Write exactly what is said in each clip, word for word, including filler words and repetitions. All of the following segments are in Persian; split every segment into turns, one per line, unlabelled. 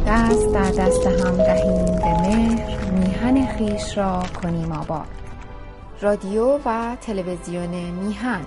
دست در دست هم دهیم به مهر، میهن خویش را کنیم آباد. رادیو و تلویزیون میهن.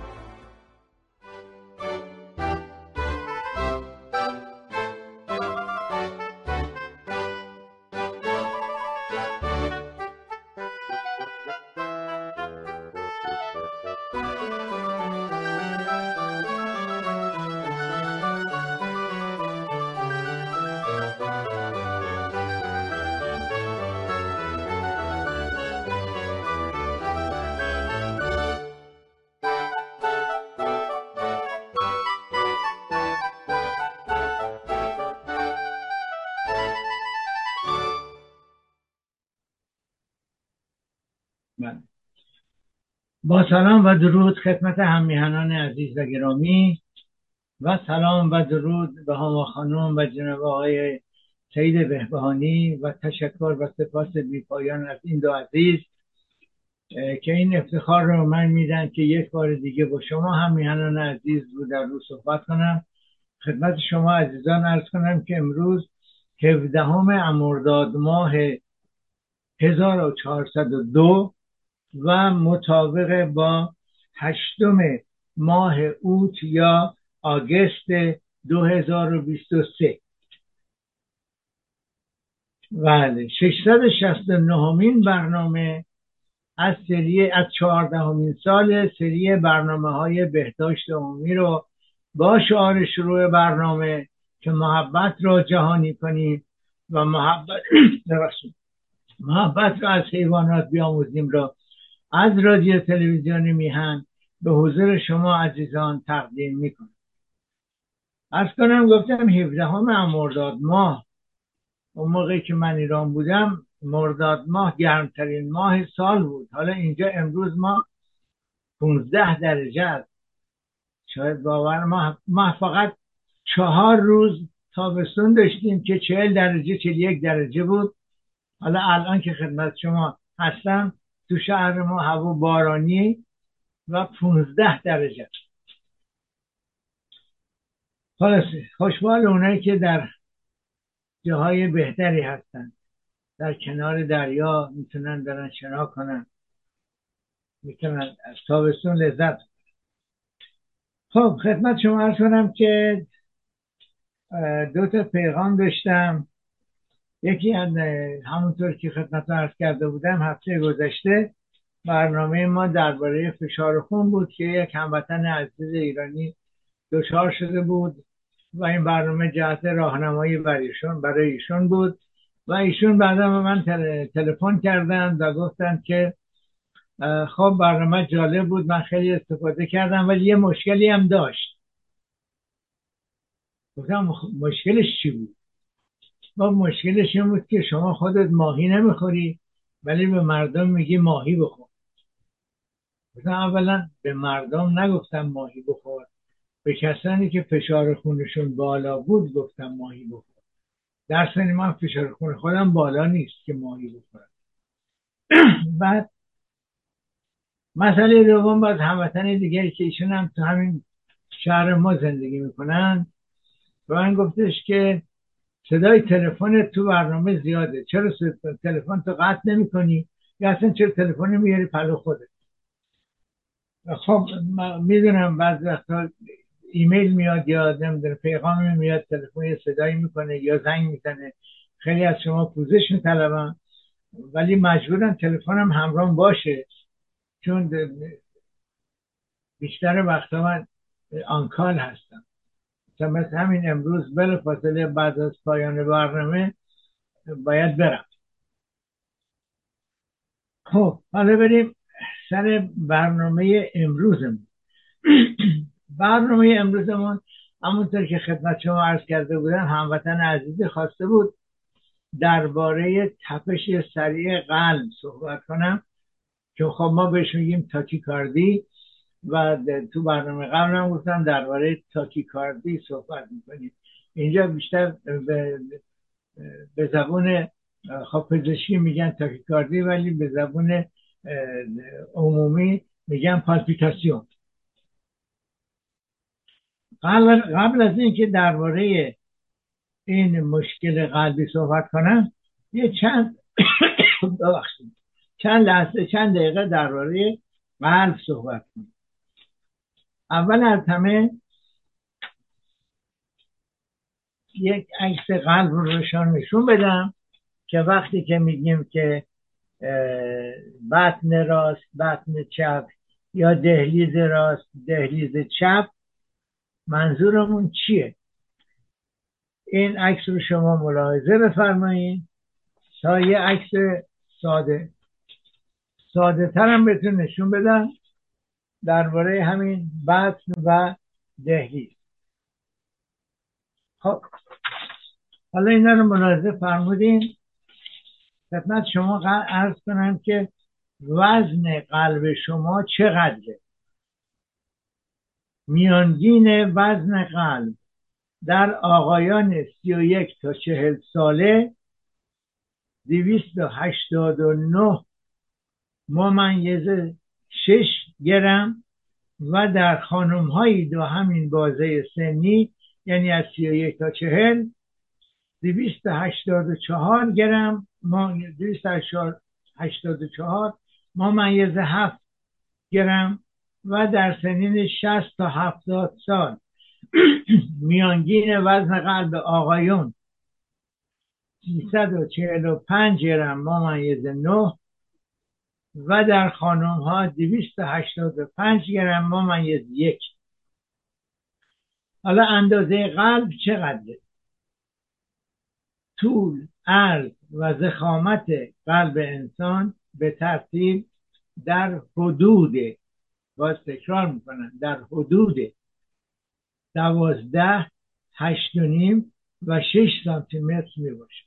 با سلام و درود خدمت هممیهنان عزیز و گرامی و سلام و درود به هما خانم و جناب آقای سید بهبهانی و تشکر و سپاس بی‌پایان از این دو عزیز که این افتخار رو من میدن که یک بار دیگه با شما هممیهنان عزیز رو در رو صحبت کنم. خدمت شما عزیزان عرض کنم که امروز هفدهم مرداد ماه هزار و چهارصد و دو و مطابق با هشتم ماه اوت یا آگوست دو هزار و بیست و سه. بله، ششصد و شصت و نهمین برنامه از سری از چهاردهمین سال سری برنامه های بهداشت عمومی رو با شعار شروع برنامه که محبت را جهانی کنیم و محبت محبت را از حیوانات بیاموزیم را از رادیو تلویزیون میهن به حضور شما عزیزان تقدیم میکنم. عرض کنم گفتم هفدهم مرداد ماه، اون موقعی که من ایران بودم مرداد ماه گرمترین ماه سال بود. حالا اینجا امروز ما پونزده درجه است. شاید باور ما, ما فقط چهار روز تابستون داشتیم که چهل درجه چهل یک درجه بود. حالا الان که خدمت شما هستم تو شهر ما هوا بارانی و پونزده درجه. خلاصه خوشحال اونایی که در جاهای بهتری هستن، در کنار دریا میتونن برن شنا کنن، میتونن از تابستون لذت. خب خدمت شما عرض کنم که دو تا پیغام داشتم. یکی از همونطور که خدمت عرض کرده بودم هفته گذشته برنامه ما درباره فشار خون بود که یک هموطن عزیز ایرانی دچار شده بود و این برنامه جهت راهنمایی برای ایشون برای ایشون بود و ایشون بعدا به من تلفن کردن و گفتن که خب برنامه جالب بود، من خیلی استفاده کردم ولی یه مشکلی هم داشت. گفتم مشکلش چی بود؟ با مشکلش این بود که شما خودت ماهی نمیخوری ولی به مردم میگی ماهی بخور. گفتم اولا به مردم نگفتم ماهی بخور، به کسانی که فشار خونشون بالا بود گفتم ماهی بخور. در سن من فشار خون خودم بالا نیست که ماهی بخورم. بعد مسئله دوم باز هموطن دیگری که ایشون هم تو همین شهر ما زندگی میکنن و من گفتش که صدای تلفن تو برنامه زیاده، چرا تلفن تو قطع نمی کنی یا اصلا چرا تلفن میاری پلو خودت؟ خب میدونم بعضی وقتا ایمیل میاد یا نمیدونم پیغام میاد، تلفن صدایی میکنه یا زنگ میزنه، خیلی از شما پوزش میطلبم ولی مجبورم تلفنم همراه باشه چون بیشتر وقتا من آنکال هستم. مثل همین امروز بلافاصله بعد از پایان برنامه باید برم. خب حالا بریم سر برنامه امروزمون. برنامه امروزمون همونطور که خدمت شما عرض کرده بودم هموطن عزیزی خواسته بود درباره تپش سریع قلب صحبت کنم که خب ما بهش میگیم تاکیکاردی و تو برنامه قبل هم گفتم درباره تاکیکاردی صحبت میکنیم. اینجا بیشتر به, به زبون خب پزشکی میگن تاکیکاردی ولی به زبون عمومی میگن پالپیتاسیون. قبل, قبل از این که درباره این مشکل قلبی صحبت کنم، یه چند ببخشید چند لحظه چند دقیقه درباره قلب صحبت کنم. اول از همه یک عکس قلب رو روشان نشون بدم که وقتی که میگیم که بطن راست، بطن چپ یا دهلیز راست، دهلیز چپ، منظورمون چیه؟ این عکس رو شما ملاحظه بفرمایید تا یه عکس ساده ساده ترم بهتون نشون بدم درباره همین بطن و دهلیز. خب حالا اینا رو ملاحظه فرمودین. خدمت شما عرض کنم که وزن قلب شما چقدره؟ میانگین وزن قلب در آقایان سی و یک تا چهل ساله دویست و هشتاد و نه ممیز شش گرم و در خانم هایی دو همین بازه سنی یعنی از سی و یک تا چهل دویست و هشتاد و چهار گرم دویست و هشتاد و چهار ممیز هفت گرم و در سنین شصت تا هفتاد سال میانگین وزن قلب آقایون سیصد و چهل و پنج گرم ممیز نه و در خانم ها دویست و هشتاد و پنج گرم ممیز یک. حالا اندازه قلب چقدره؟ طول، عرض و ضخامت قلب انسان به ترتیب در حدود، باز تکرار میکنم، در حدود دوازده، هشت و نیم و شش سانتی متر می باشه.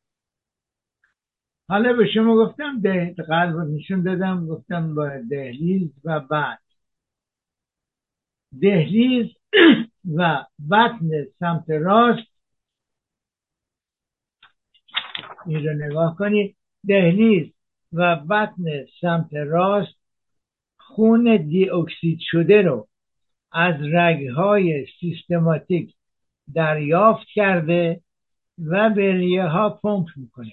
حالا به شما گفتم ده قلب رو نشون دادم، گفتم با دهلیز و بعد دهلیز و بطن سمت راست، این رو نگاه کنید، دهلیز و بطن سمت راست خون دی اکسید شده رو از رگهای سیستماتیک دریافت کرده و به ریه ها پمپ میکنه.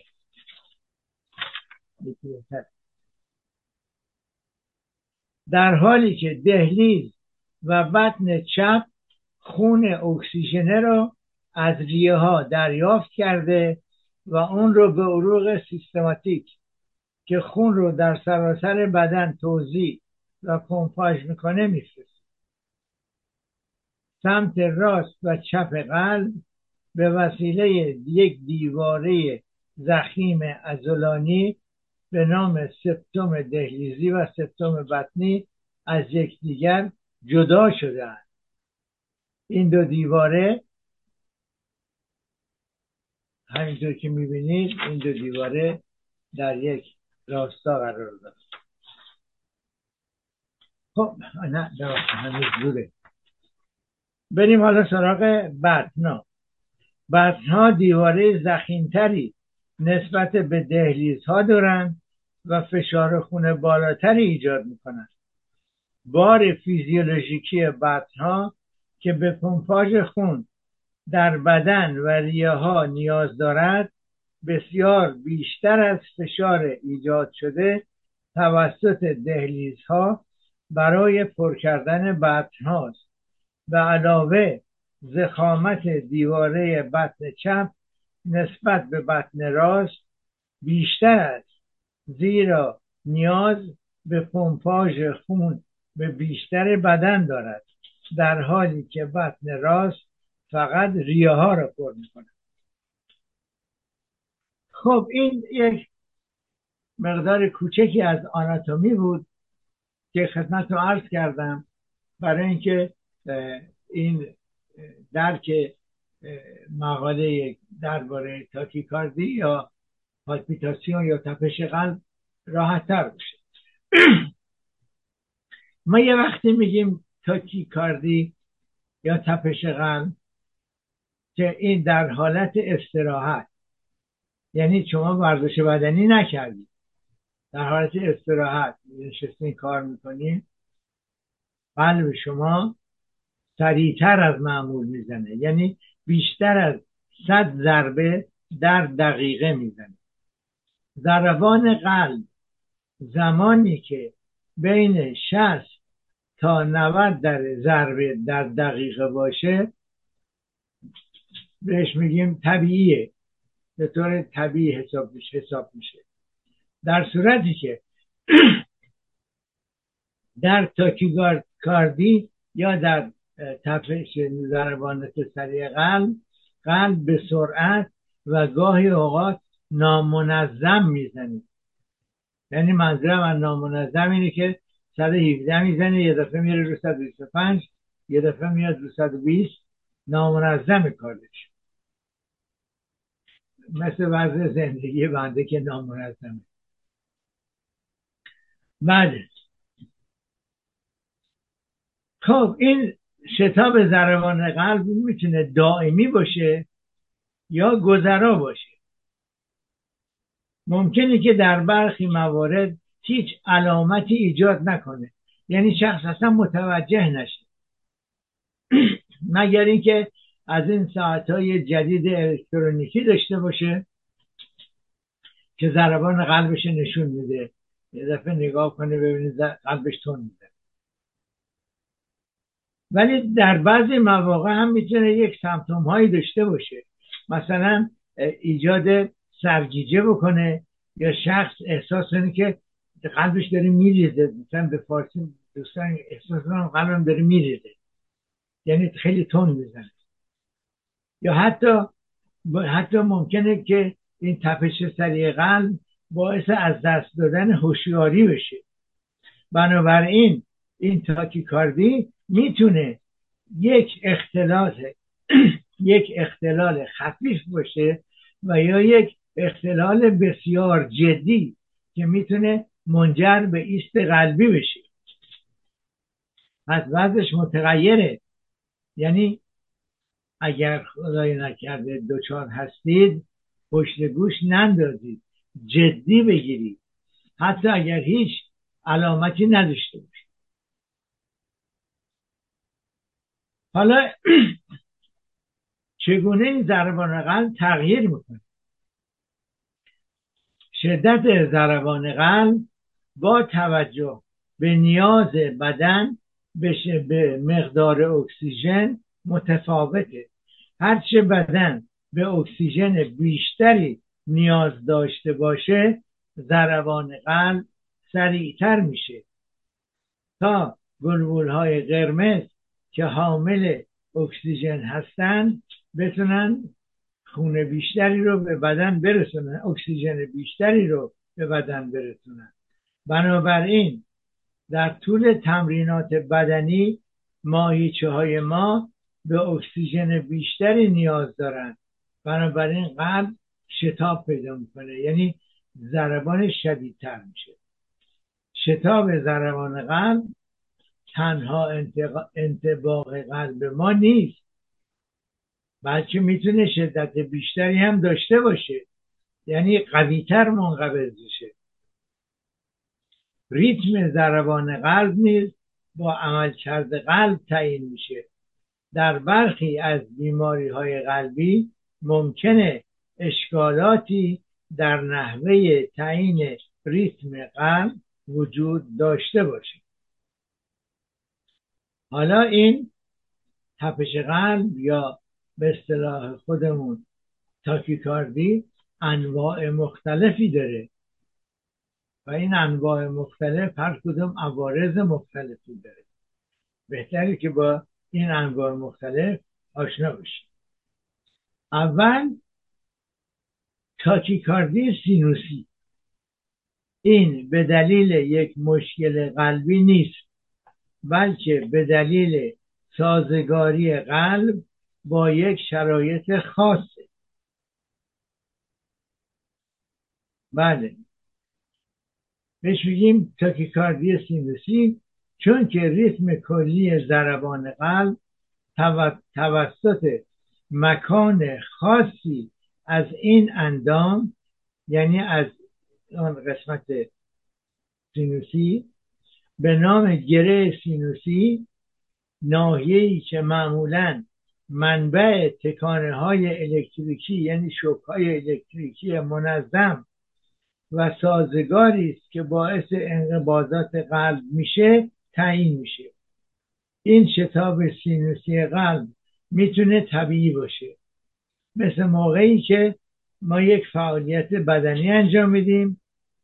در حالی که دهلیز و بطن چپ خون اکسیژنه رو از ریه ها دریافت کرده و اون رو به عروق سیستماتیک که خون رو در سراسر بدن توزیع و پمپاژ میکنه میفرسته. سمت راست و چپ قلب به وسیله یک دیواره ضخیم عضلانی به نام سپتوم دهلیزی و سپتوم بطنی از یکدیگر جدا شده‌اند. این دو دیواره همینطور که میبینید این دو دیواره در یک راستا قرار دارند. خب نه در هنوز دوره. بریم حالا سراغ بطن‌ها. بطن‌ها دیواره ضخیم‌تری نسبت به دهلیزها دارند و فشار خون بالاتری ایجاد میکنند. بار فیزیولوژیکی بطن‌ها که به پمپاژ خون در بدن و ریه ها نیاز دارد بسیار بیشتر از فشار ایجاد شده توسط دهلیزها برای پر کردن بطن هاست. به علاوه ضخامت دیواره بطن چپ نسبت به بطن راست بیشتر است، زیرا نیاز به پمپاژ خون به بیشتر بدن دارد، در حالی که بطن راست فقط ریه ها را پر می‌کند. خب این یک مقدار کوچکی از آناتومی بود که خدمت رو عرض کردم برای اینکه این درک مقاله درباره تاکیکاردی یا پالپیتاسیون یا تپش قلب راحت تر بشه. ما یه وقتی میگیم تاکیکاردی یا تپش قلب که این در حالت استراحت، یعنی شما ورزش بدنی نکردید، در حالت استراحت نشستین کار میکنین، قلب شما سریعتر از معمول میزنه، یعنی بیشتر از صد ضربه در دقیقه میزنه. ضربان قلب زمانی که بین شصت تا نود در ضربه در دقیقه باشه بهش میگیم طبیعیه، به طور طبیعی حساب میشه حساب میشه. در صورتی که در تاکیکاردی یا در تپش ضربان سریع قلب قلب به سرعت و گاهی اوقات نامنظم میزنه. یعنی منظورم از نامنظم اینه که صد و هفده میزنه، یه دفعه میره رو صد و بیست و پنج، یه دفعه میاد رو صد و بیست. نامنظم کارش، مثل وضع زندگی بنده که نامنظمه. بله، خب این شتاب ضربان قلب میتونه دائمی باشه یا گذرا باشه. ممکنه که در برخی موارد هیچ علامتی ایجاد نکنه، یعنی شخص اصلا متوجه نشه مگر اینکه از این ساعتهای جدید الکترونیکی داشته باشه که ضربان قلبش نشون میده، یه دفعه نگاه کنه ببینید قلبش تون میده. ولی در بعضی مواقع هم میتونه یک سمپتوم هایی داشته باشه، مثلا ایجاد سرگیجه بکنه یا شخص احساس کنه که قلبش داره میریزه. مثلا به فارسی دوستان احساس کنم قلبم داره میریزه، یعنی خیلی تند میزنه. یا حتی حتی ممکنه که این تپش سریع قلب باعث از دست دادن هوشیاری بشه. بنابراین این تاکیکاردی میتونه یک اختلال یک اختلال خفیف باشه و یا یک اختلال بسیار جدی که میتونه منجر به ایست قلبی بشه. پس وضعش متغیره. یعنی اگر خدای نکرده دچار هستید، پشت گوش نندازید، جدی بگیرید، حتی اگر هیچ علامتی نداشته باشید. حالا چگونه این ضربان قلب تغییر میکنه؟ شدت ضربان قلب با توجه به نیاز بدن به مقدار اکسیژن متفاوته. هرچه بدن به اکسیژن بیشتری نیاز داشته باشه، ضربان قلب سریعتر میشه تا گلبولهای قرمز که حامل اکسیژن هستن بتونن خون بیشتری رو به بدن برسونن، اکسیژن بیشتری رو به بدن برسونن. بنابراین در طول تمرینات بدنی ماهیچه های ما به اکسیژن بیشتری نیاز دارن. بنابراین قلب شتاب پیدا میکنه، یعنی ضربان شدیدتر میشه. شتاب ضربان قلب تنها انطباق قلب ما نیست، بلکه میتونه شدت بیشتری هم داشته باشه، یعنی قویتر منقبض بشه. ریتم ضربان قلب نیز با عملکرد قلب تعیین میشه. در برخی از بیماری های قلبی ممکنه اشکالاتی در نحوه تعیین ریتم قلب وجود داشته باشه. حالا این تپش قلب یا به اصطلاح خودمون تاکیکاردی انواع مختلفی داره و این انواع مختلف هر کدوم عوارض مختلفی داره. بهتره که با این انواع مختلف آشنا بشیم. اول تاکیکاردی سینوسی. این به دلیل یک مشکل قلبی نیست، بلکه به دلیل سازگاری قلب با یک شرایط خاصه. بله، بهش میگیم تاکیکاردی سینوسی چون که ریتم کلی ضربان قلب توسط مکان خاصی از این اندام، یعنی از آن قسمت سینوسی به نام گره سینوسی، ناحیه‌ای که معمولاً منبع تکانه های الکتریکی یعنی شوک های الکتریکی منظم و سازگاری است که باعث انقباضات قلب میشه تعیین میشه. این شتاب سینوسی قلب میتونه طبیعی باشه، مثل موقعی که ما یک فعالیت بدنی انجام میدیم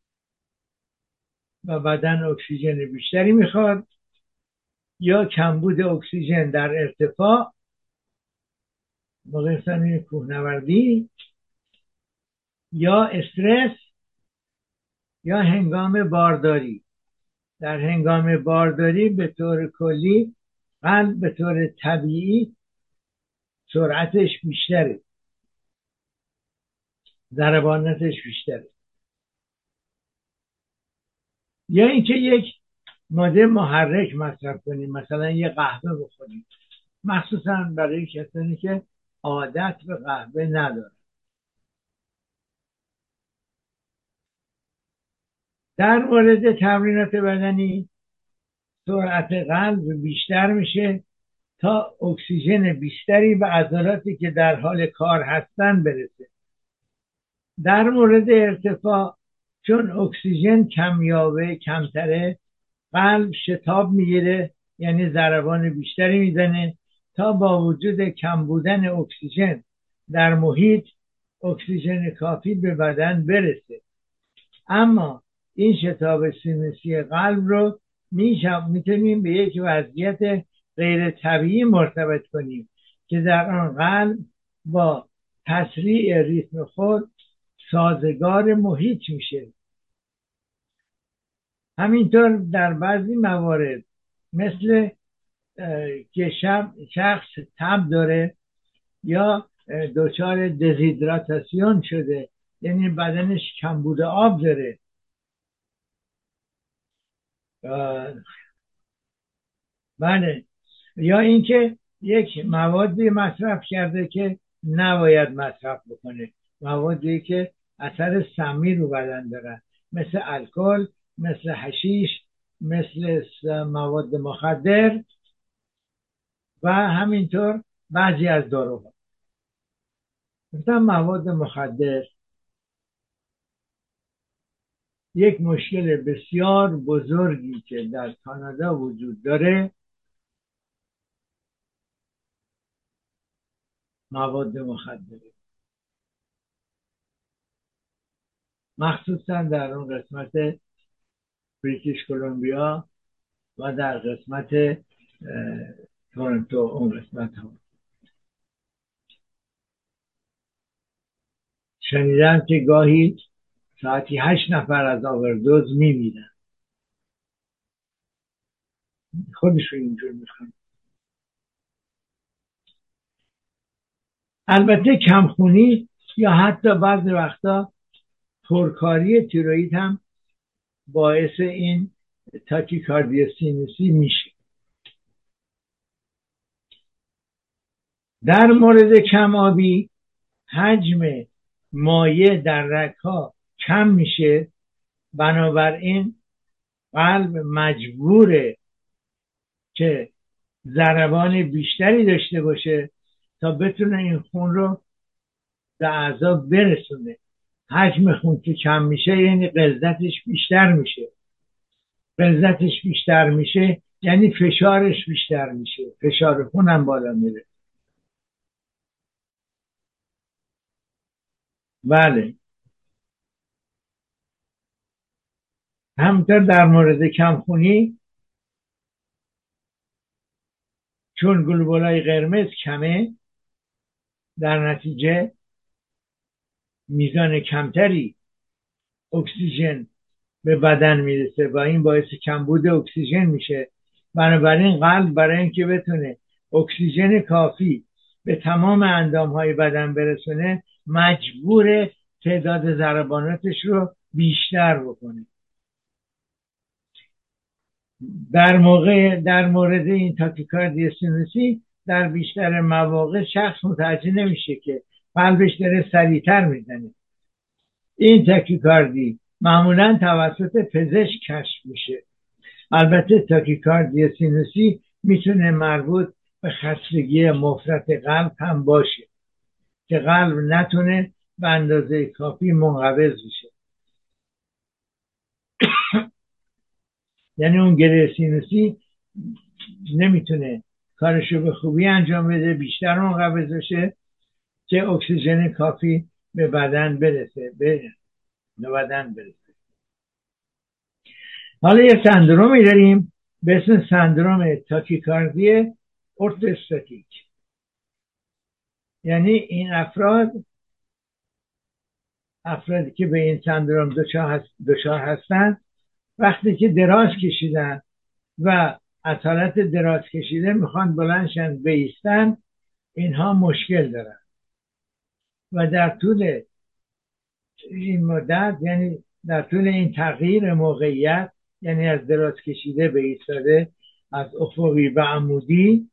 و بدن اکسیژن بیشتری میخواد، یا کمبود اکسیژن در ارتفاع موقع مثلا کوهنوردی، یا استرس، یا هنگام بارداری. در هنگام بارداری به طور کلی قلب به طور طبیعی سرعتش بیشتره، ضرباناتش بیشتره. یا اینکه یک ماده محرک مصرف کنیم، مثلا یه قهوه بخوریم، مخصوصا برای کسانی که عادت به قهوه ندارن. در مورد تمرینات بدنی سرعت قلب بیشتر میشه تا اکسیژن بیشتری به عضلاتی که در حال کار هستن برسه. در مورد ارتفاع چون اکسیژن کمیابه کمتره، قلب شتاب میگیره، یعنی ضربان بیشتری میزنه تا با وجود کم بودن اکسیژن در محیط اکسیژن کافی به بدن برسه. اما این شتاب سینوسی قلب رو میتونیم به یک وضعیت غیر طبیعی مرتبط کنیم که در آن قلب با تسریع ریتم خود سازگار محیط میشه. همینطور در بعضی موارد مثل که شخص تب داره یا دچار دزیدراتاسیون شده، یعنی بدنش کمبود آب داره، بله، یا اینکه یک موادی مصرف کرده که نباید مصرف بکنه، موادی که اثر سمی رو بدن دارن، مثل الکل، مثل حشیش، مثل مواد مخدر و همینطور بعضی از داروها. مثلا مواد مخدر یک مشکل بسیار بزرگی که در کانادا وجود داره مواد مخدره، مخصوصا در اون قسمت بریتیش کلمبیا و در قسمت تورنتو. اون قسمت ها شنیدم که گاهی ساعتی هشت نفر از آوردوز میمیرن، خودشون اینجور میخوان. البته کمخونی یا حتی بعضی وقتا پرکاری تیروئید هم باعث این تاکیکاردی سینوسی میشه. در مورد کم آبی حجم مایع در رگ‌ها کم میشه، بنابراین قلب مجبوره که ضربان بیشتری داشته باشه تا بتونه این خون رو به اعضا برسونه. حجم خون که کم میشه یعنی غلظتش بیشتر میشه، غلظتش بیشتر میشه یعنی فشارش بیشتر میشه، فشار خون هم بالا میره. بله، همینطور در مورد کمخونی چون گلبولای قرمز کمه، در نتیجه میزان کمتری اکسیژن به بدن میرسه و این باعث کمبود اکسیژن میشه. بنابراین قلب برای اینکه بتونه اکسیژن کافی به تمام اندامهای بدن برسونه مجبور تعداد ضرباناتش رو بیشتر بکنه. در موقع در مورد این تاکیکاردی سینوسی در بیشتر مواقع شخص متوجه نمیشه که قلبش داره سریعتر میزنه. این تاکیکاردی معمولا توسط پزشک کشف میشه. البته تاکیکاردی سینوسی میتونه مربوط به خستگی مفرط قلب هم باشه که قلب نتونه به اندازه کافی منقبض بشه. یعنی اون گره سینوسی نمیتونه کارشو به خوبی انجام بده، بیشتر منقبض بشه که اکسیژن کافی به بدن برسه به بدن برسه. حالا یه سندرومی داریم به اسم سندروم تاکیکاردی ارتوستاتیک. یعنی این افراد افرادی که به این سندروم دچار هستن وقتی که دراز کشیدن و از حالت دراز کشیده میخوان بلندشن بایستن، اینها مشکل دارن و در طول این مدت، یعنی در طول این تغییر موقعیت، یعنی از دراز کشیده به ایستاده، از افقی به عمودی،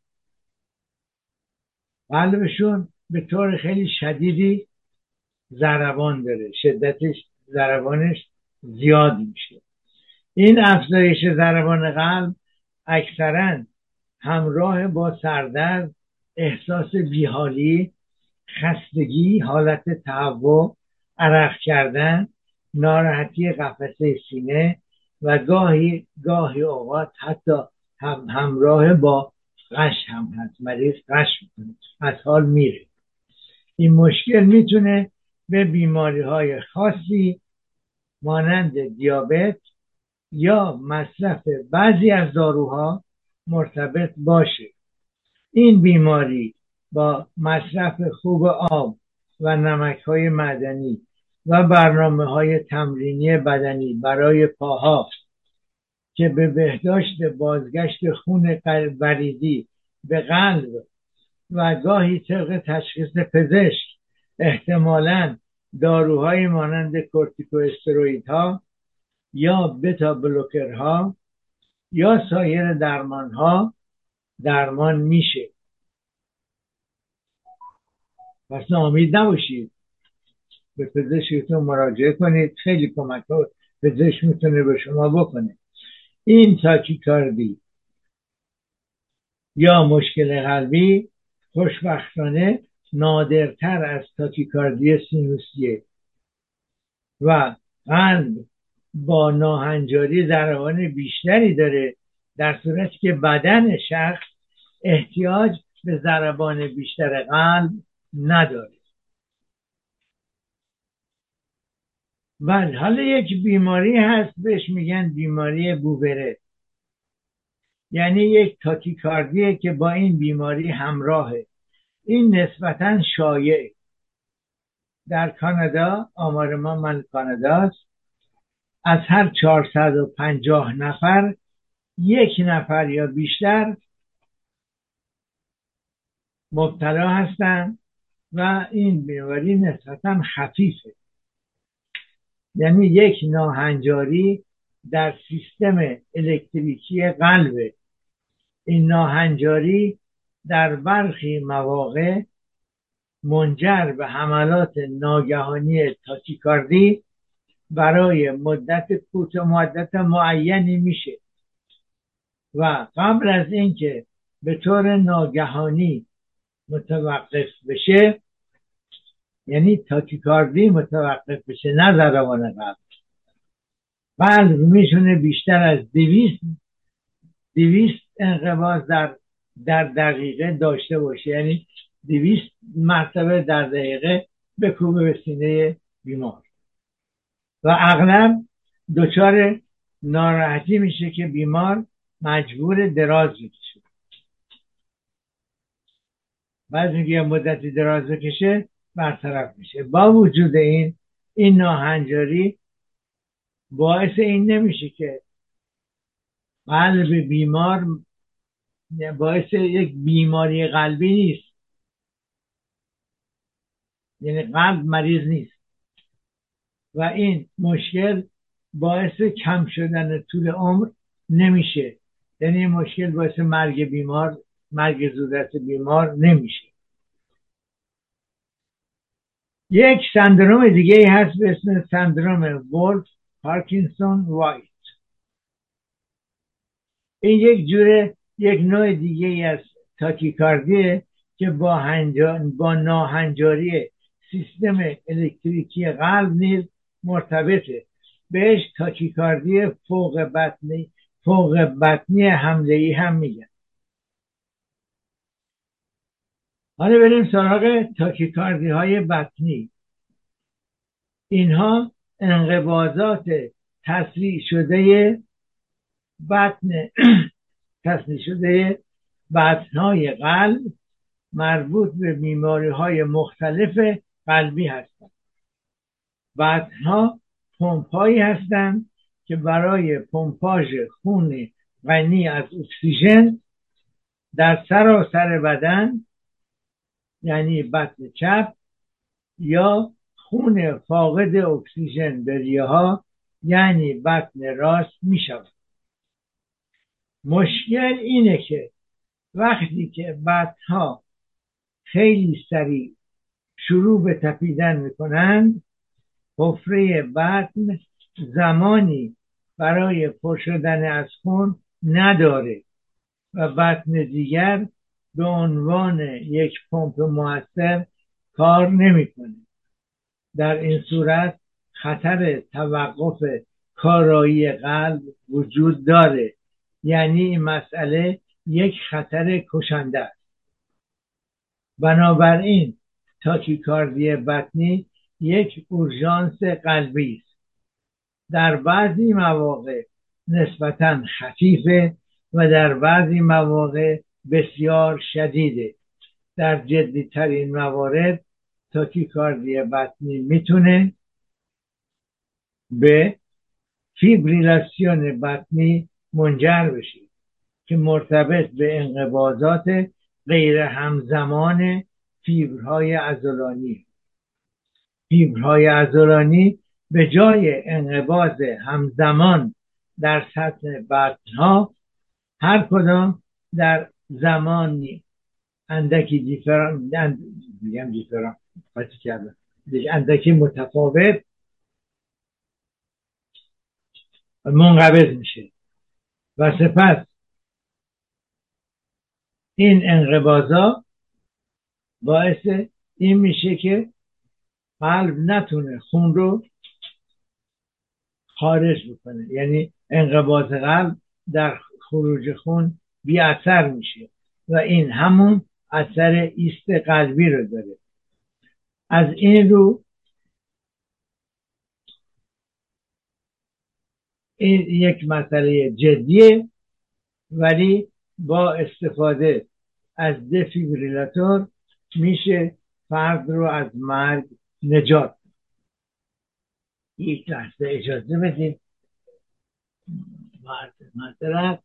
قلبشون به طور خیلی شدیدی ضربان داره، شدتش ضربانش زیاد میشه. این افزایش ضربان قلب اکثرا همراه با سردرد، احساس بیحالی، خستگی، حالت تهوع، عرق کردن، ناراحتی قفسه سینه و گاهی گاهی اوقات حتی هم همراه با غش هم هست. مریض غش میکنه، از حال میره. این مشکل میتونه به بیماری های خاصی مانند دیابت یا مصرف بعضی از داروها مرتبط باشه. این بیماری با مصرف خوب آب و نمک‌های معدنی و برنامه‌های تمرینی بدنی برای پاها که به بهداشت بازگشت خون وریدی به قلب و گاهی طبق تشخیص پزشک احتمالاً داروهای مانند کورتیکواستروئیدها یا بتا بلوکرها یا سایر درمانها درمان میشه. پس ناامید نباشید، به پزشکتون مراجعه کنید، خیلی کمک ها پزشک میتونه به شما بکنه. این تاکیکاردی یا مشکل قلبی خوشبختانه نادرتر از تاکیکاردی سینوسیه و قلب با ناهنجاری ضربان بیشتری داره، در صورتی که بدن شخص احتیاج به ضربان بیشتر قلب نداره. بله، حالا یک بیماری هست بهش میگن بیماری بوبره، یعنی یک تاکیکاردیه که با این بیماری همراهه. این نسبتاً شایع در کانادا، آمار ما من کاناداست، از هر چهارصد و پنجاه نفر یک نفر یا بیشتر مبتلا هستن و این بیماری نسبتاً خفیفه. یعنی یک ناهنجاری در سیستم الکتریکی قلبه. این ناهنجاری در برخی مواقع منجر به حملات ناگهانی تاکیکاردی برای مدت کوتاه مدت معینی میشه و قبل از اینکه به طور ناگهانی متوقف بشه، یعنی تاکیکاردی متوقف بشه، نه ضربان قلب، قلب میتونه بیشتر از دویست دویست انقباض در در دقیقه داشته باشه، یعنی دویست مرتبه در دقیقه بکوبه به سینه بیمار و اغلب دچار ناراحتی میشه که بیمار مجبور دراز بکشه. بعد میگه یه مدتی دراز بکشه برطرف میشه. با وجود این این ناهنجاری باعث این نمیشه که قلب بیمار، باعث یک بیماری قلبی نیست، یعنی قلب مریض نیست و این مشکل باعث کم شدن طول عمر نمیشه، یعنی این مشکل باعث مرگ بیمار مرگ زودرس بیمار نمیشه. یک سندروم دیگه هست به اسم سندروم وولف پارکینسون وایت. این یک جوره یک نوع دیگه از تاکیکاردی که با, هنجا... با ناهنجاری سیستم الکتریکی قلب نیز مرتبطه. بهش تاکیکاردی فوق بطنی فوق بطنی حمله‌ای هم میگن. حالا بریم سراغ تاکیکاردی های بطنی. اینها انقباضات تسریع شده بطن تسریع شده بطنهای قلب مربوط به بیماری های مختلف قلبی هستند. بطنها پمپ هایی هستند که برای پمپاژ خون غنی از اکسیژن در سراسر بدن، یعنی بطن چپ، یا خون فاقد اکسیژن به ریه ها، یعنی بطن راست می شود. مشکل اینه که وقتی که بطنها خیلی سریع شروع به تپیدن میکنند، حفره بطن زمانی برای پر شدن از خون نداره و بطن دیگر به عنوان یک پمپ موثر کار نمیکنه. در این صورت خطر توقف کارایی قلب وجود داره، یعنی این مسئله یک خطر کشنده است. بنابراین تاکیکاردی بطنی یک اورژانس قلبی است. در بعضی مواقع نسبتاً خفیفه و در بعضی مواقع بسیار شدیده. در جدی‌ترین موارد تاکیکاردی بطنی میتونه به فیبریلاسیون بطنی منجر بشه که مرتبط به انقباضات غیر همزمان فیبرهای عضلانی. فیبرهای عضلانی به جای انقباض همزمان در سطح بطنها، هر کدام در زمانی اندکی دیفران اند... میگم دیفران قاطی کردم اندکی متفاوت منقبض میشه و سپس این انقباضا باعث این میشه که قلب نتونه خون رو خارج بکنه، یعنی انقباض قلب در خروج خون بی اثر میشه و این همون اثر ایست قلبی رو داره. از این رو این یک مسئله جدیه، ولی با استفاده از دفیبریلاتور میشه فرد رو از مرگ نجات. یک لحظه اجازه بدید. معذرت.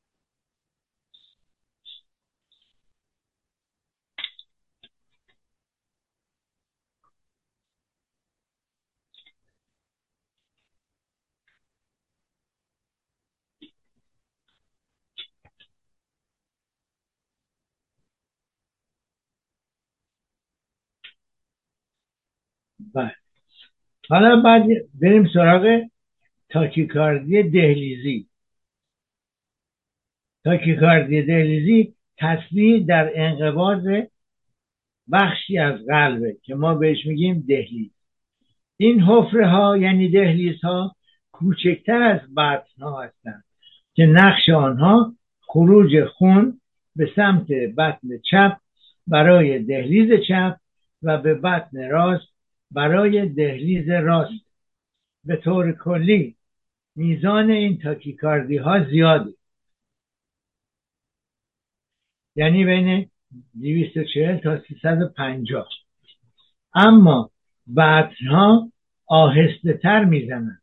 بله. حالا بعد بریم سراغ تاکیکاردی دهلیزی. تاکیکاردی دهلیزی تسریع در انقباض بخشی از قلبه که ما بهش میگیم دهلیز. این حفره ها یعنی دهلیز ها کوچکتر از بطن ها هستند که نقش آنها خروج خون به سمت بطن چپ برای دهلیز چپ و به بطن راست برای دهلیز راست. به طور کلی میزان این تاکیکاردی ها زیاده، یعنی بین دویست و چهل تا سیصد و پنجاه، اما بطن ها آهسته تر میزنند،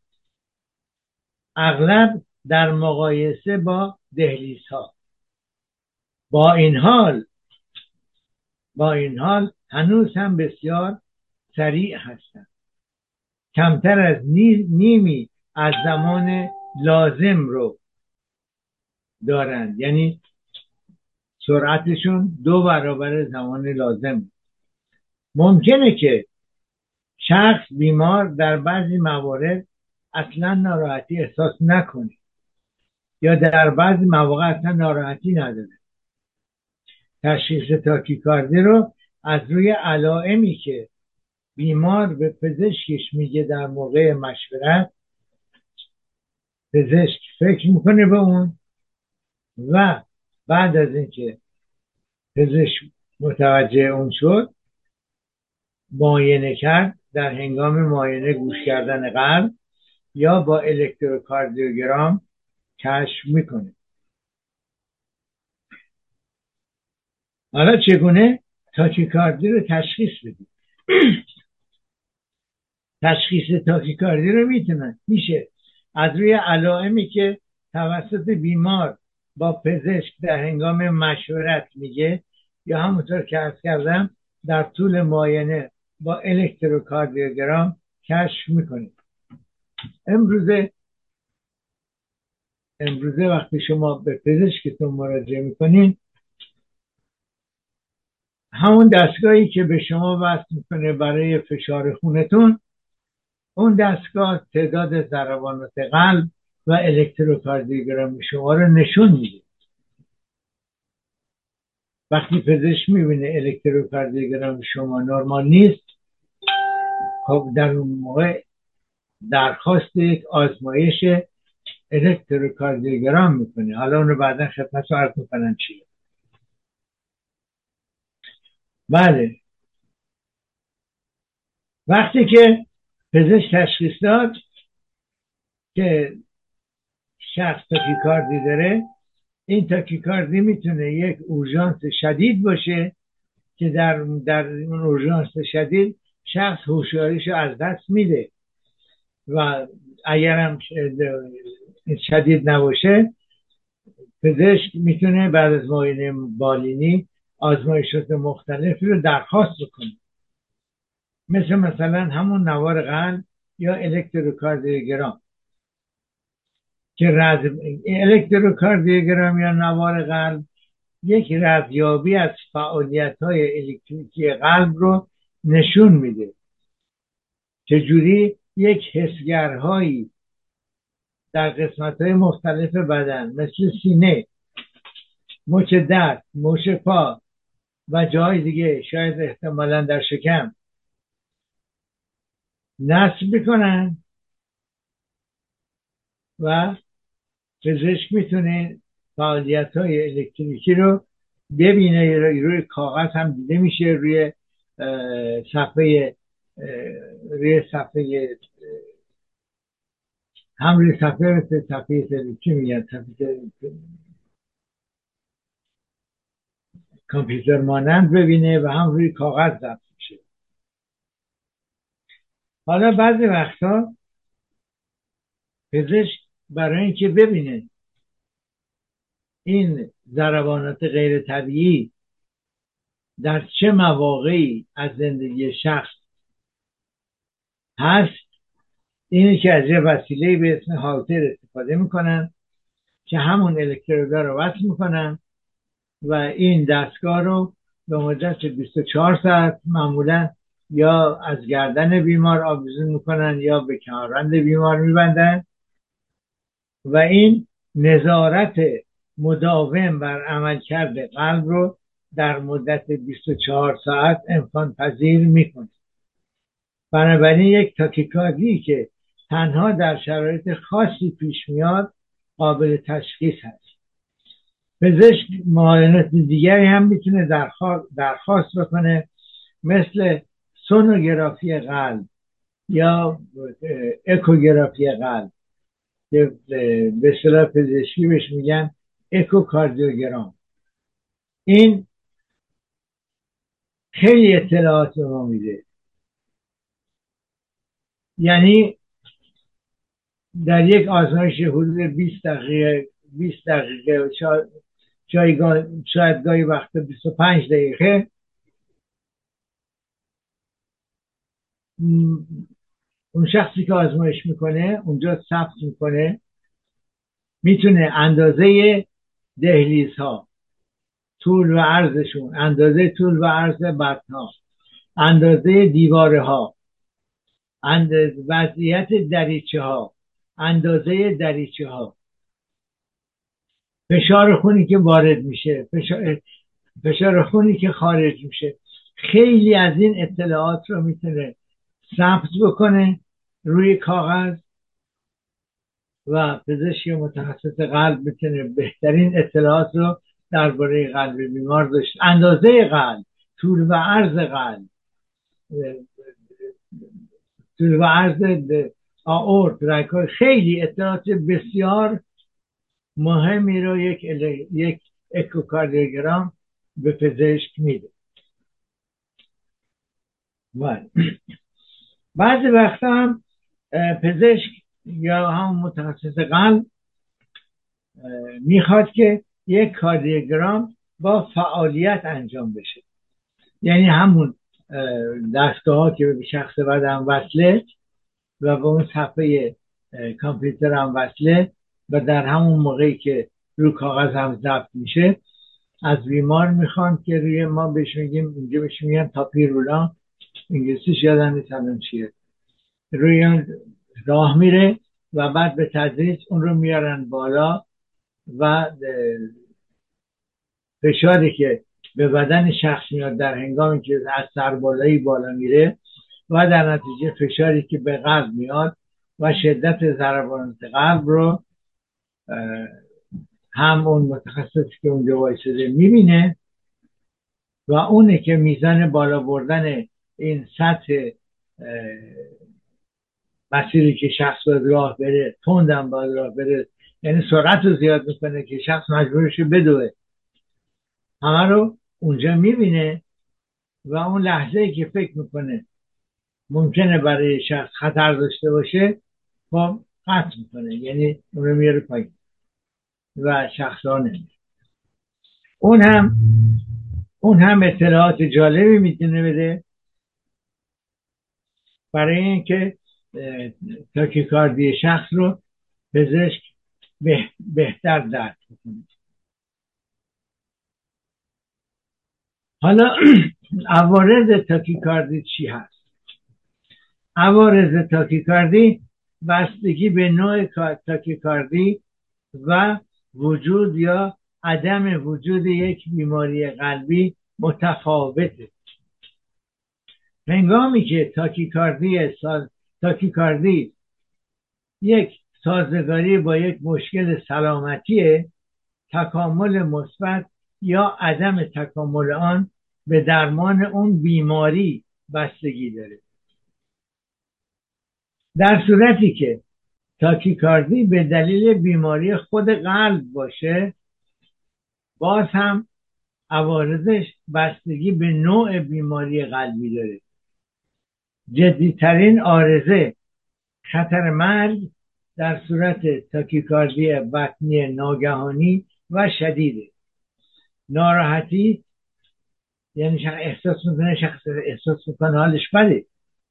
اغلب در مقایسه با دهلیز ها. با این حال با این حال هنوز هم بسیار سریع هستند. کمتر از نیمی از زمان لازم رو دارند، یعنی سرعتشون دو برابر زمان لازم. ممکنه که شخص بیمار در بعضی موارد اصلا ناراحتی احساس نکنه یا در بعضی مواقع اصلا ناراحتی نداره. تشخیص تاکیکاردی رو از روی علائمی که بیمار به پزشکش میگه در موقع مشورت، پزشک فکر میکنه به اون و بعد از اینکه پزشک متوجه اون شد معاینه کرد، در هنگام معاینه گوش کردن قلب یا با الکتروکاردیوگرام کشف میکنه. حالا چگونه تاکیکاردی رو تشخیص بدیم؟ تشخیص تاکیکاردی رو میتونن میشه از روی علائمی که توسط بیمار با پزشک در هنگام مشورت میگه یا همونطور که عرض کردم در طول معاینه با الکتروکاردیوگرام کشف میکنیم. امروزه امروزه وقتی شما به پزشکتون مراجعه میکنین، همون دستگاهی که به شما وصل میکنه برای فشار خونتون، اون دستگاه تعداد ضربانات قلب و الکتروکاردیوگرام شما رو نشون میده. وقتی پزشک میبینه الکتروکاردیوگرام شما نرمال نیست، خب در اون موقع درخواست یک آزمایش الکتروکاردیوگرام میکنه. حالا اونو بعدا خدمت رو عرض میکنم چیه. بله، وقتی که پزشک تشخیص داد که شخص تاکیکاردی داره، این تاکیکاردی میتونه یک اورژانس شدید باشه که در در اون اورژانس شدید شخص هوشیاریش از دست میده و اگرم شدید نباشه پزشک میتونه بعد از معاینه بالینی آزمایشات مختلفی رو درخواست کنه، مثل مثلا همون نوار قلب یا الکتروکاردیوگرام که رز... الکتروکاردیوگرام یا نوار قلب یک رزیابی از فعالیت‌های الکتریکی قلب رو نشون میده، چجوری یک حسگرهایی در قسمت‌های مختلف بدن مثل سینه، مچ دست، مچ پا و جای دیگه، شاید احتمالاً در شکم، نصب میکنن و پزشک میتونه فعالیت‌های الکتریکی رو ببینه. روی کاغذ هم دیده میشه، روی صفحه روی صفحه هم روی صفحه صفحه چی میگن صفحه کامپیوتر مانند ببینه و هم روی کاغذ ضبط میشه. حالا بعضی وقتا پزشک برای اینکه ببینه این ضربانات غیر طبیعی در چه مواقعی از زندگی شخص هست، اینه که از یه وسیله به اسم هالتر استفاده میکنن که همون الکترودا رو وصل میکنن و این دستگاه رو به مدت بیست و چهار ساعت معمولا یا از گردن بیمار آویزون میکنن یا به کمربند بیمار میبندن و این نظارت مداوم بر عملکرد قلب رو در مدت بیست و چهار ساعت امکان پذیر میکنه. بنابراین یک تاکیکاردی که تنها در شرایط خاصی پیش میاد قابل تشخیص هست. پزشک معاینات دیگری هم میتونه درخواست بکنه، مثل سونوگرافی قلب یا اکوگرافی قلب که به اصطلاح پزشکی بهش میگن اکوکاردیوگرام. این خیلی اطلاعات به ما میده، یعنی در یک آزمایش حدود بیست دقیقه بیست دقیقه شاید شاید گاهی وقت بیست و پنج دقیقه اون شخصی که آزمایش میکنه اونجا ثبت میکنه، میتونه اندازه دهلیزها، طول و عرضشون، اندازه طول و عرض بطنها، اندازه دیواره ها، اندازه وضعیت دریچه ها، اندازه دریچه ها، فشار خونی که وارد میشه، فشار فشار خونی که خارج میشه خیلی از این اطلاعات رو میتونه ثبت بکنه روی کاغذ و پزشک متخصص قلب میتونه بهترین اطلاعات رو درباره قلب بیمار داشت. اندازه قلب، طول و عرض قلب، طول و عرض آورت، رگ‌های، خیلی اطلاعات بسیار مهمی رو یک یک اکوکاردیوگرام به پزشک میده. بعضی وقتا هم پزشک یا هم متخصص قلب میخواد که یک کاردیوگرام با فعالیت انجام بشه، یعنی همون دستگاه ها که به شخص بدن وصله و به اون صفحه کامپیوتر هم وصله و در همون موقعی که رو کاغذ هم ضبط میشه از بیمار میخوان که روی ما بهش میگیم، اینجا بهش میگن تاپی رولا، انگلیسیش یادم نیست الان چیه، روی اون راه میره و بعد به تدریج اون رو میارن بالا و فشاری که به بدن شخص میاد در هنگامی که از سربالایی بالا میره و در نتیجه فشاری که به قلب میاد و شدت ضربان قلب رو هم اون متخصص که اونجا وایساده میبینه و اونه که میزان بالا بردن این سطح مسیری که شخص باید راه بره، تندم باید راه بره، یعنی سرعت رو زیاد میکنه که شخص مجبورشه بدوه، همه رو اونجا میبینه و اون لحظه ای که فکر میکنه ممکنه برای شخص خطر داشته باشه خب قطع میکنه، یعنی اون رو میاره پایین و شخص ها نمیره. اون هم اون هم اطلاعات جالبی میتونه بده برای اینکه تاکیکاردی شخص رو پزشک بهتر درک کنه. حالا عوارض تاکیکاردی چی هست؟ عوارض تاکیکاردی بستگی به نوع تاکیکاردی و وجود یا عدم وجود یک بیماری قلبی متفاوته. هنگامی که تاکیکاردی ساز... تاکیکاردی یک سازگاری با یک مشکل سلامتیه، تکامل مثبت یا عدم تکامل آن به درمان اون بیماری بستگی داره. در صورتی که تاکیکاردی به دلیل بیماری خود قلب باشه باز هم عوارضش بستگی به نوع بیماری قلبی داره. جدیترین عارضه خطر مرگ در صورت تاکیکاردی بطنی ناگهانی و شدیده. ناراحتی یعنی شخص احساس میکنه شخص احساس میکنه حالش بده،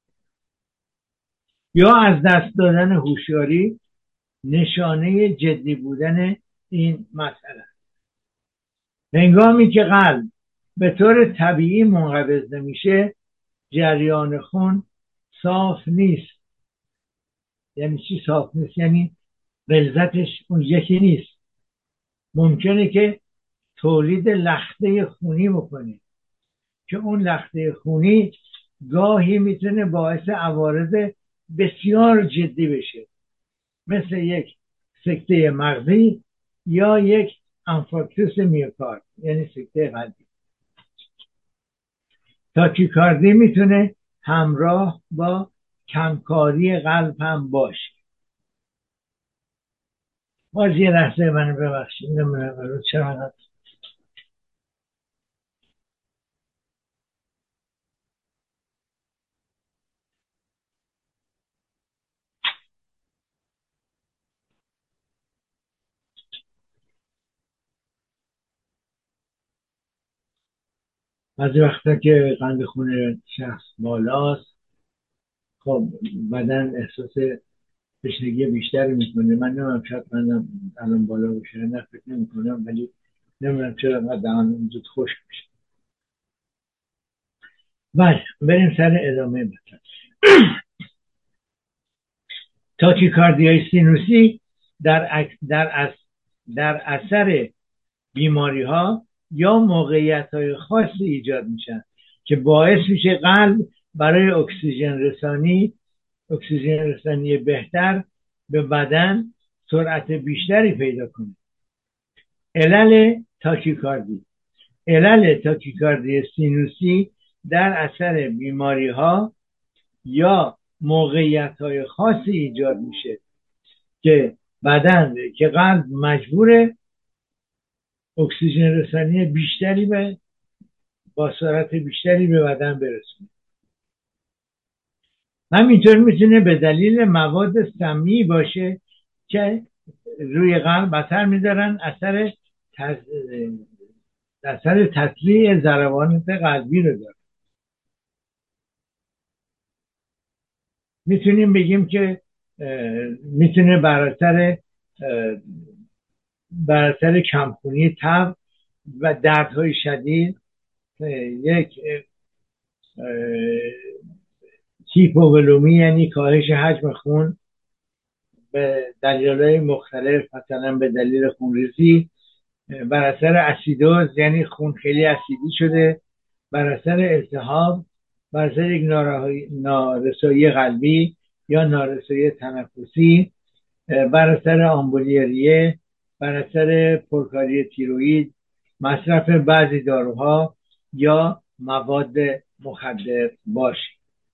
یا از دست دادن هوشیاری نشانه جدی بودن این مسئله. هنگامی که قلب به طور طبیعی منقبض نمیشه جریان خون صاف نیست. یعنی چی صاف نیست؟ یعنی غلظتش اون یکی نیست. ممکنه که تولید لخته خونی بکنه که اون لخته خونی گاهی میتونه باعث عوارض بسیار جدی بشه، مثل یک سکته مغزی یا یک انفارکتوس میوکارد یعنی سکته قلبی. تاکیکاردی میتونه همراه با کمکاری قلب هم باشه. باز یه لحظه منو ببخشید، نمیدونم چرا بعضی وقتا که قند خون شخص بالاست خب بدن احساس تشنگی بیشتری میکنه. من نمیم شاید قندم الان بالا باشه، نه فکر نمی کنم، ولی نمیم چرا قد دهانم زود خشک میشه. بله بریم سر ادامه بطن. تاکیکاردیای سینوسی در, در, در اثر بیماری ها یا موقعیت های خاصی ایجاد میشن که باعث میشه قلب برای اکسیژن رسانی اکسیژن رسانی بهتر به بدن سرعت بیشتری پیدا کنه. علل تاکیکاردی علل تاکیکاردی سینوسی در اثر بیماری ها یا موقعیت های خاصی ایجاد میشه که بدن که قلب مجبوره اکسیژن رسانی بیشتری به با سرعت بیشتری به بدن برسونه. همینطور میتونه به دلیل مواد سمی باشه که روی قلب اثر میذارن، اثر تز... اثر تسریع ضربانات قلبی رو داره. میتونیم بگیم که میتونه بر اثر بر اثر کمخونی تب و دردهای شدید، یک هیپوولومی یعنی کاهش حجم خون به دلایل مختلف، مثلا به دلیل خونریزی، بر اثر اسیدوز یعنی خون خیلی اسیدی شده، بر اثر التهاب، بر اثر یک نارسایی قلبی یا نارسایی تنفسی، بر اثر آمبولیریه، بر اثر پرکاری تیروئید، مصرف بعضی داروها یا مواد مخدر باشه.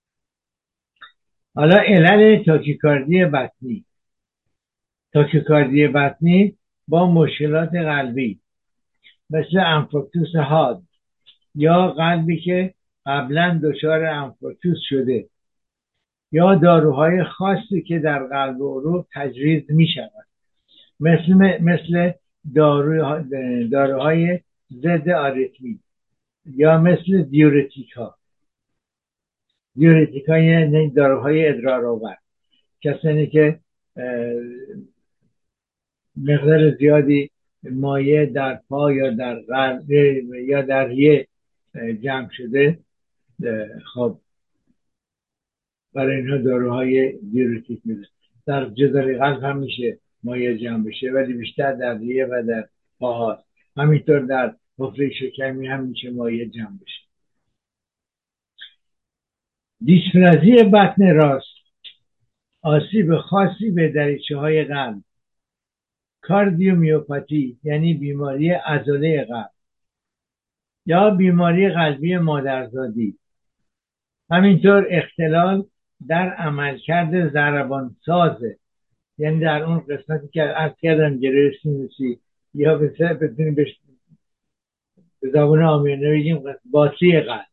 حالا علل تاکیکاردی بطنی تاکیکاردی بطنی با مشکلات قلبی مثل انفارکتوس حاد یا قلبی که قبلا دچار انفارکتوس شده یا داروهای خاصی که در قلب و عروق تجویز می شود مثل مثل داروی داروهای ضد آریتمی یا مثل دیورتیک ها دیورتیک ها یعنی داروهای ادرارآور، کسانی که مقدار زیادی مایع در پا یا در قلب یا در ریه جمع شده، خب برای اینها داروهای دیورتیک میده. در جدار قلب هم میشه مایع جمع بشه ولی بیشتر در ریه و در پاها. همینطور در حفره شکمی هم میشه مایع جمع بشه. دیسپلازی بطن راست، آسیب خاصی به دریچه های قلب، کاردیومیوپاتی یعنی بیماری عضله قلب یا بیماری قلبی مادرزادی، همینطور اختلال در عملکرد ضربان سازه، یعنی در اون قسمتی که عرض کردم گره سینوسی یا بتونیم به زبان عامیانه بگیم باسی قلب.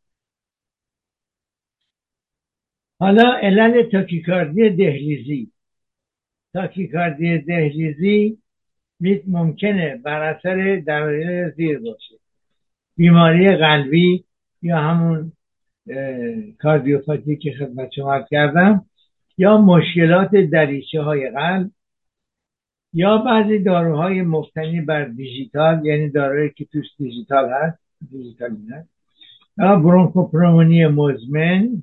حالا علل تاکیکاردی دهلیزی تاکیکاردی دهلیزی ممکنه بر اثر دلایل زیر باشه: بیماری قلبی یا همون کاردیوپاتی که خدمت شما عرض کردم، یا مشکلات دریچه های قلب، یا بعضی داروهای مبتنی بر دیجیتال یعنی داروهایی که توش دیجیتال هست دیجیتال هست یا برونکوپنومونی مزمن،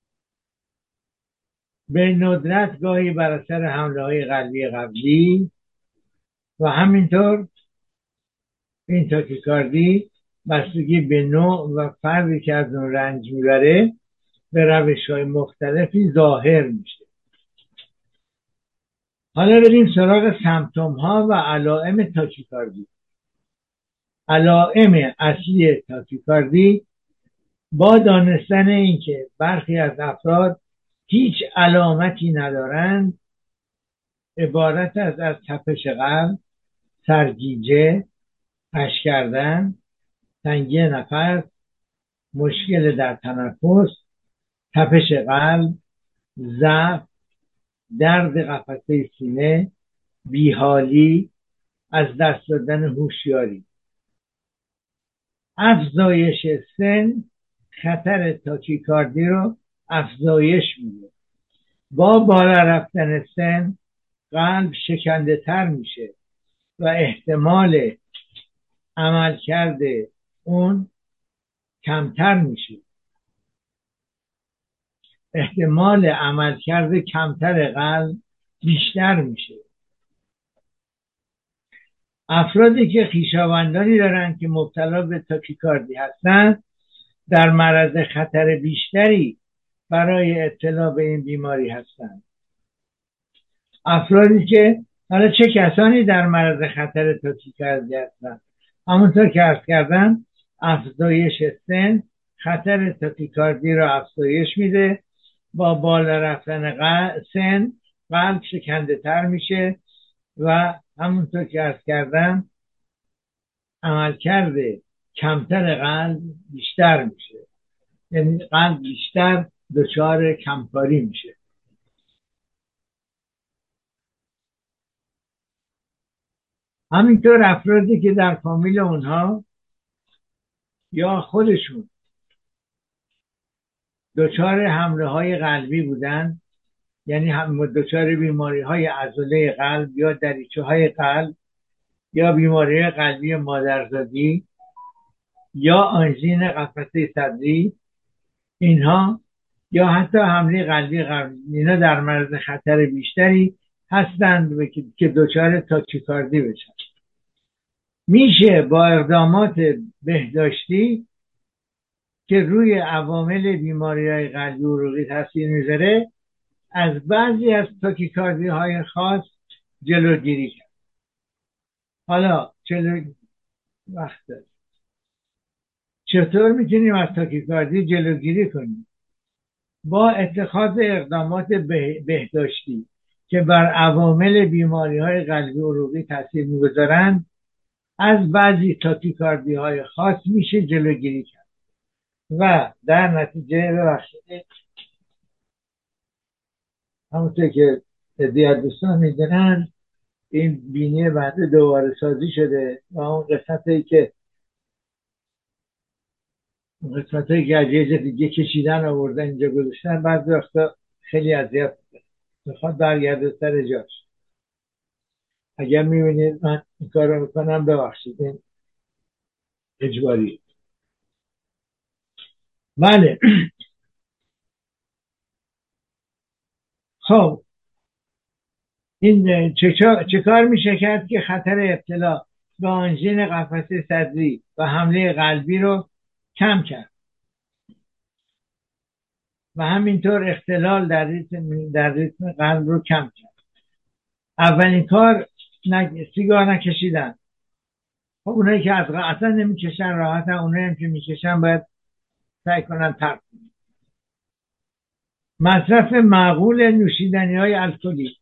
به ندرت گاهی بر اثر حمله های قلبی قبلی. و همینطور این تاکیکاردی بستگی به نوع و فردی که از اون رنج میبره به روش های مختلفی ظاهر میشه. حالا بریم سراغ سمپتوم ها و علائم تاکیکاردی. علائم اصلی تاکیکاردی با دانستن اینکه برخی از افراد هیچ علامتی ندارند عبارت از از تپش قلب، سرگیجه، اشک کردن، تنگی نفس، مشکل در تنفس، تپش قلب، ضعف، درد قفسه سینه، بیحالی، از دست دادن هوشیاری. افزایش سن خطر تاکیکاردی رو افزایش میده. با بالا رفتن سن قلب شکننده تر میشه و احتمال عمل کرده اون کمتر میشه. احتمال عمل کرده کمتر قلب بیشتر میشه. افرادی که خویشاوندانی دارند که مبتلا به تاکیکاردی هستند در معرض خطر بیشتری برای ابتلا به این بیماری هستند. افرادی که حالا چه کسانی در معرض خطر تاکیکاردی هستند؟ همونطور که عرض کردم، افزایش سن خطر تاکیکاردی را افزایش میده. با بالا رفتن سن قلب شکننده تر میشه و همونطور که عرض کردم عملکرد کمتر قلب بیشتر میشه، یعنی قلب بیشتر دچار کمکاری میشه. همینطور افرادی که در فامیل اونها یا خودشون دچار حمله های قلبی بودن، یعنی دچار بیماری های عضله قلب یا دریچه های قلب یا بیماری قلبی مادرزادی یا آنژین قفسه صدری، اینها یا حتی حمله قلبی قلبی، اینا در معرض خطر بیشتری هستند که دچار تاکیکاردی بشن. میشه با اقدامات بهداشتی که روی عوامل بیماری‌های قلبی و عروقی تاثیر میذاره از بعضی از تاکیکاردی های خاص جلوگیری کرد. حالا جلو وقت داریم. چطور میتونیم از تاکیکاردی جلوگیری کنیم؟ با اتخاذ اقدامات بهداشتی که بر عوامل بیماری های قلبی و عروقی تاثیر میگذارند از بعضی تاکیکاردی های خاص میشه جلوگیری کرد و در نتیجه ببخشید همونطور که دیگر دوستان میدونن این بینی بنده دوباره سازی شده و اون قسمتی که قسمتی که از یه دیگه کشیدن آوردن اینجا گذاشتن بعضی وقتا خیلی اذیت میخواد برگرده سر جاش. اگر میبینید من این کار رو میکنم ببخشید، این اجباری. بله. خب این چه, چه کار میشه کرد که خطر ابتلا به آنژین قفسه صدری و حمله قلبی رو کم کرد و همینطور اختلال در ریتم, در ریتم قلب رو کم کرد؟ اولین کار سیگار نکشیدن. خب اونایی که از اصلا نمیکشن راحتن، اونایی هم که میکشن باید سعی کنن ترک کنن. مصرف معقول نوشیدنی های الکلی.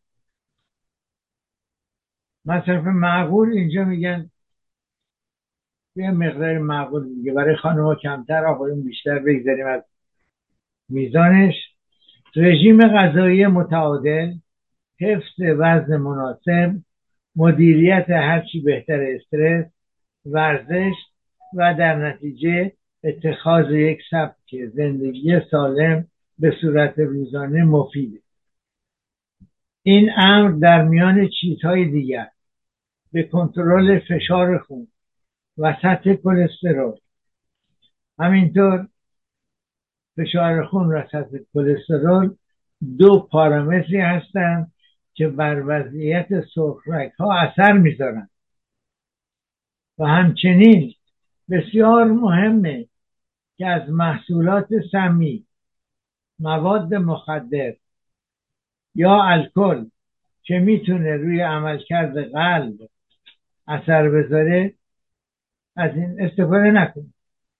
مصرف معقول اینجا میگن یه مقدار معقول میگه، برای خانم‌ها کمتر، آقایون بیشتر بگذاریم از میزانش. رژیم غذایی متعادل، حفظ وزن مناسب، مدیریت هرچی بهتر استرس، ورزش و در نتیجه اتخاذ یک سبک زندگی سالم به صورت روزانه مفیده. این امر در میان چیزهای دیگر به کنترل فشار خون و سطح کلسترول، همینطور فشار خون و سطح کلسترول دو پارامتری هستند که بر وضعیت سرخرگ ها اثر میذارند و همچنین بسیار مهمه که از محصولات سمی، مواد مخدر یا الکل که میتونه روی عملکرد قلب اثر بذاره از این استفاده نکنید.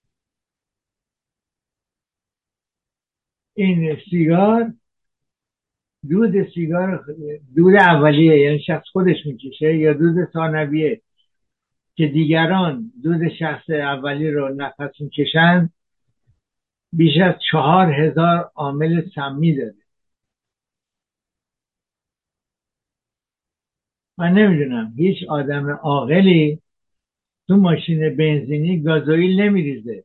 این سیگار، دود سیگار، دود اولیه یعنی شخص خودش میکشه، یا دود ثانویه که دیگران دود شخص اولی رو نفس میکشن، بیش از چهار هزار عامل سمی داره. من نمیدونم هیچ آدم عاقلی تو ماشین بنزینی گازوئیل نمیریزه،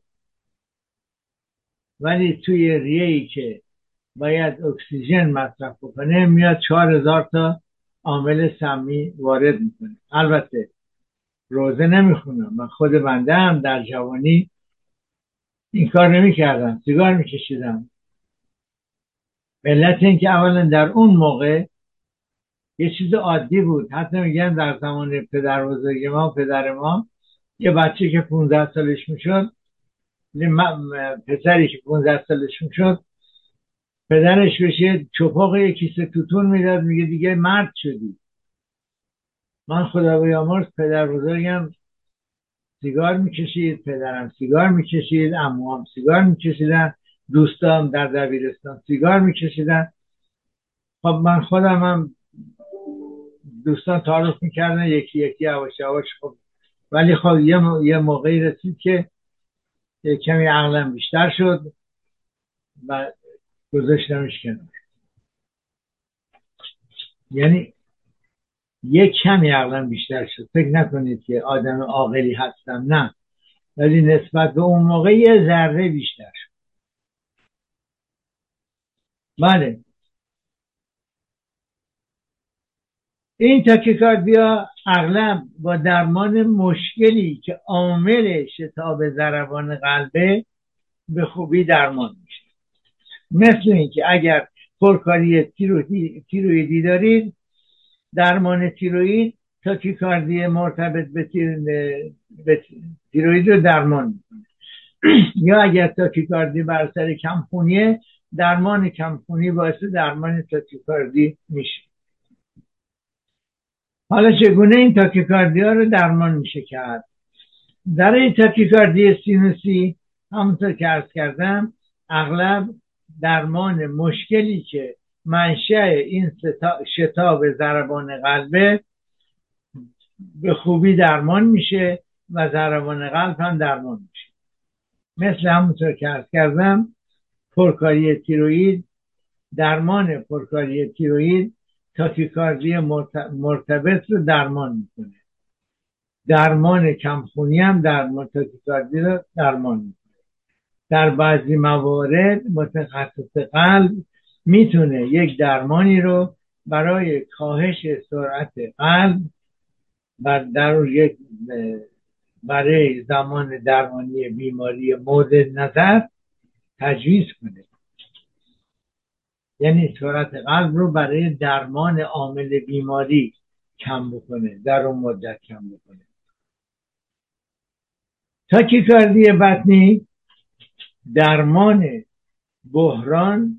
ولی توی ریه‌ای که باید اکسیژن مصرف بکنه میاد چهار هزار تا عامل سمی وارد میکنه. البته روزه نمیخونم، من خود بنده هم در جوانی این کار نمیکردم، سیگار میکشیدم. علت این که اولا در اون موقع یه چیز عادی بود. حتی میگن در زمان پدر بزرگ ما پدر ما یه بچه که پونزده سالش میشد، پسری که پونزده سالش میشد، پدرش بشه چپاق یه کیسه توتون میداد، میگه دیگه مرد شدی. من خدا بیامرز پدر بزرگم سیگار میکشید، پدرم سیگار میکشید، عموام سیگار میکشیدن، دوستام در دبیرستان سیگار میکشیدن. خب من خودم هم دوستان تعارف میکردن یکی یکی یواش یواش. خب ولی خب یه, یه موقعی رسید که کمی عقلم بیشتر شد و گذاشتمش کنار. یعنی یک کمی عقلم بیشتر شد. فکر نکنید که آدم عاقلی هستم، نه، ولی نسبت به اون موقع یه ذره بیشتر شد. بله، این تاکیکاردیا اغلب با درمان مشکلی که عامل شتاب ضربان قلبه به خوبی درمان میشه. مثل اینکه اگر پرکاری تیرویدی دارید، درمان تیروید تاکیکاردی مرتبط به, تیر... به تیروید رو درمان میکنه. یا اگر تاکیکاردی بر اثر کمخونیه، درمان کمخونی باعث درمان تاکیکاردی میشه. حالا چگونه این تاکیکاردی ها رو درمان میشه کرد؟ در این تاکیکاردی سینوسی همونطور که عرض کردم اغلب درمان مشکلی که منشأ این شتاب ضربان قلبه به خوبی درمان میشه و ضربان قلب هم درمان میشه. مثل همونطور که عرض کردم پرکاری تیروئید، درمان پرکاری تیروئید تاکیکاردی مرتبط رو درمان میکنه. درمان کمخونی هم درمان تاکیکاردی رو درمان میکنه. در بعضی موارد متخصص قلب میتونه یک درمانی رو برای کاهش سرعت قلب بر در یک برای زمان درمانی بیماری مورد نظر تجویز کنه. یعنی سرعت قلب رو برای درمان عامل بیماری کم بکنه، در اون مدت کم بکنه. تاکیکاردی بطنی درمان بحران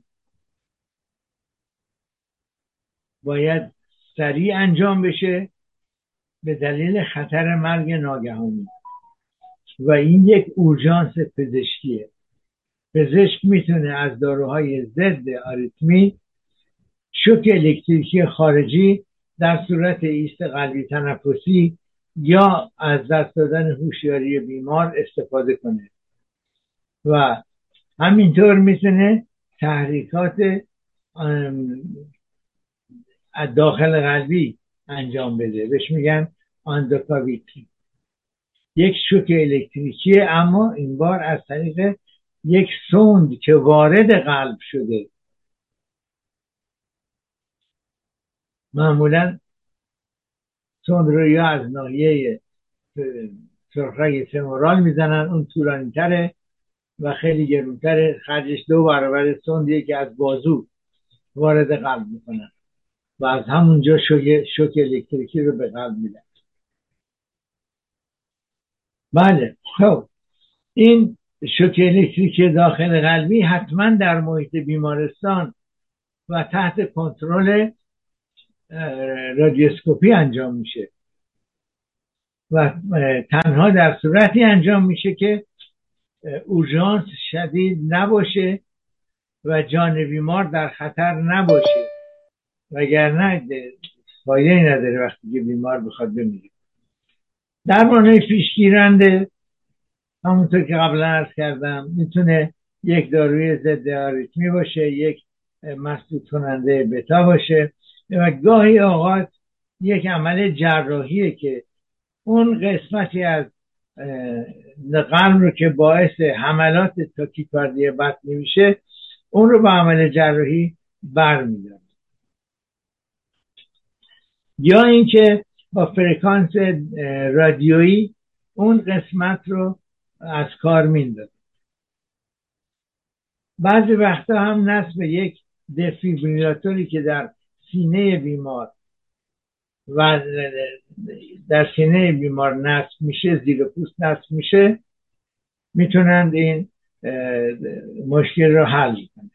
باید سریع انجام بشه به دلیل خطر مرگ ناگهانی و این یک اورژانس پزشکیه. پزشک میتونه از داروهای ضد آریتمی، شوک الکتریکی خارجی در صورت ایست قلبی تنفسی یا از دست دادن هوشیاری بیمار استفاده کنه و همینطور میتونه تحریکات داخل قلبی انجام بده، بهش میگن آندوکاویتی. یک شوک الکتریکی، اما این بار از طریق یک سوند که وارد قلب شده. معمولا سوند رو یا از ناحیه سرخرگ فمورال میزنن، اون طولانی تره و خیلی گرونتره، خرجش دو برابر سوندیه که از بازو وارد قلب میکنن و از همونجا شوک, شوک الکتریکی رو به قلب میدن. بله، خب این شوک الکتریکی داخل قلبی حتما در محیط بیمارستان و تحت کنترل رادیوسکوپی انجام میشه و تنها در صورتی انجام میشه که اورژانس شدید نباشه و جان بیمار در خطر نباشه، وگرنه فایده نداره وقتی که بیمار بخواد بمیره. درمان پیشگیرنده همونطور که قبلا عرض کردم میتونه یک داروی ضد آریتمی باشه، یک مسدود کننده بتا باشه و گاهی اوقات یک عمل جراحیه که اون قسمتی از قلب رو که باعث حملات تاکیکاردی بطنی میشه اون رو با عمل جراحی برمی‌داره. یا اینکه با فرکانس رادیویی اون قسمت رو از کار میندازه. بعضی وقتا هم نصب یک دفیبریلاتوری که در سینه بیمار و در سینه بیمار نصب میشه، زیر پوست نصب میشه، میتونند این مشکل رو حل کنند.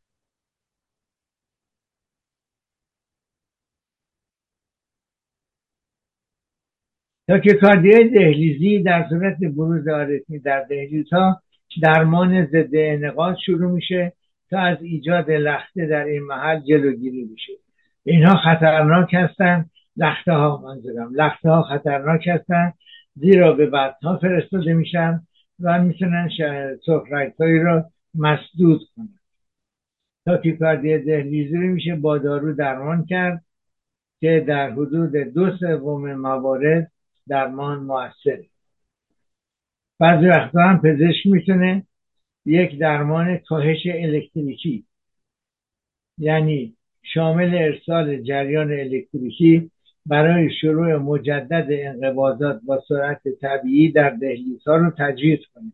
تاکیکاردی دهلیزی در صورت بروز آریتمی در دهلیزها درمان ضد انعقاد شروع میشه تا از ایجاد لخته در این محل جلوگیری میشه. اینها خطرناک هستند، لخته ها منظورم لخته ها خطرناک هستند، زیرا به بدنها فرستاده میشن و میتونن سفرکتایی رو مسدود کنن. تاکیکاردی دهلیزی رو میشه با دارو درمان کرد که در حدود دو سوم موارد درمان موثره. بعضی وقتا هم پزشک میتونه یک درمان کاهش الکتریکی، یعنی شامل ارسال جریان الکتریکی برای شروع مجدد انقباضات با سرعت طبیعی در دهلیزها رو تجویز کنه.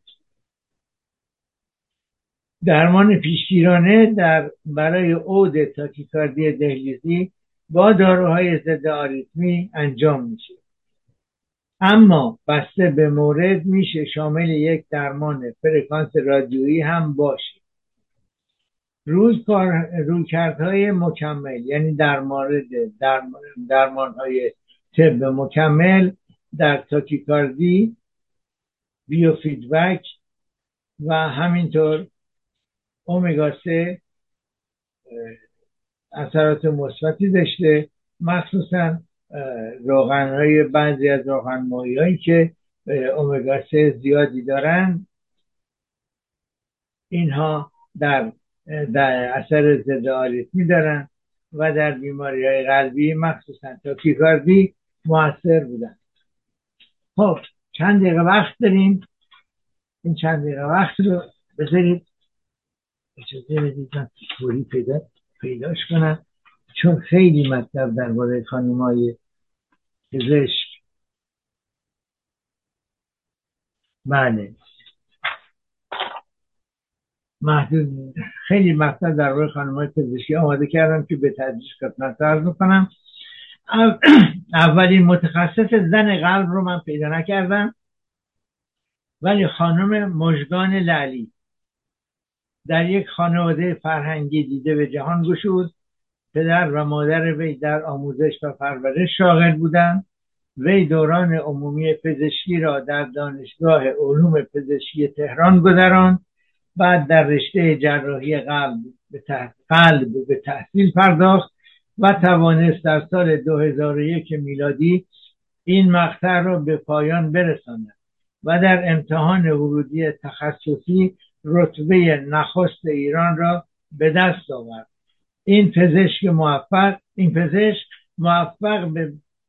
درمان پیشگیرانه در برای عود تاکیکاردی دهلیزی با داروهای ضد آریتمی انجام میشه، اما بسته به مورد میشه شامل یک درمان فرکانس رادیویی هم باشه. رویکردهای مکمل، یعنی در مورد درمانهای طب مکمل در تاکیکاردی، بیوفیدبک و همینطور اومگا سه اثرات مثبتی داشته، مخصوصا روغنهای بعضی از روغن ماهی هایی که اومگا سه زیادی دارن، اینها در در اثر ضد آریتمی دارن و در بیماری های قلبی مخصوصا تاکیکاردی مؤثر بودن. خب چند دقیقه وقت داریم، این چند دقیقه وقت رو بذارید اجازه بدید من فوری پیدا پیداش کنم، چون خیلی مطلب درباره خانم‌های پزشک. بله محدود خیلی مطلب درباره خانم‌های پزشکی آماده کردم که به تدریج خدمت عرض می‌کنم. اولین متخصص زن قلب رو من پیدا نکردم، ولی خانم مژگان لعلی در یک خانواده فرهنگی دیده به جهان گشود. پدر و مادر وی در آموزش و پرورش شاغل بودند. وی دوران عمومی پزشکی را در دانشگاه علوم پزشکی تهران گذراند. بعد در رشته جراحی قلب به قلب به تحصیل پرداخت و توانست در سال دو هزار و یک میلادی این مقطع را به پایان برساند و در امتحان ورودی تخصصی رتبه نخست ایران را به دست آورد. این پزشک موفق این پزشک موفق به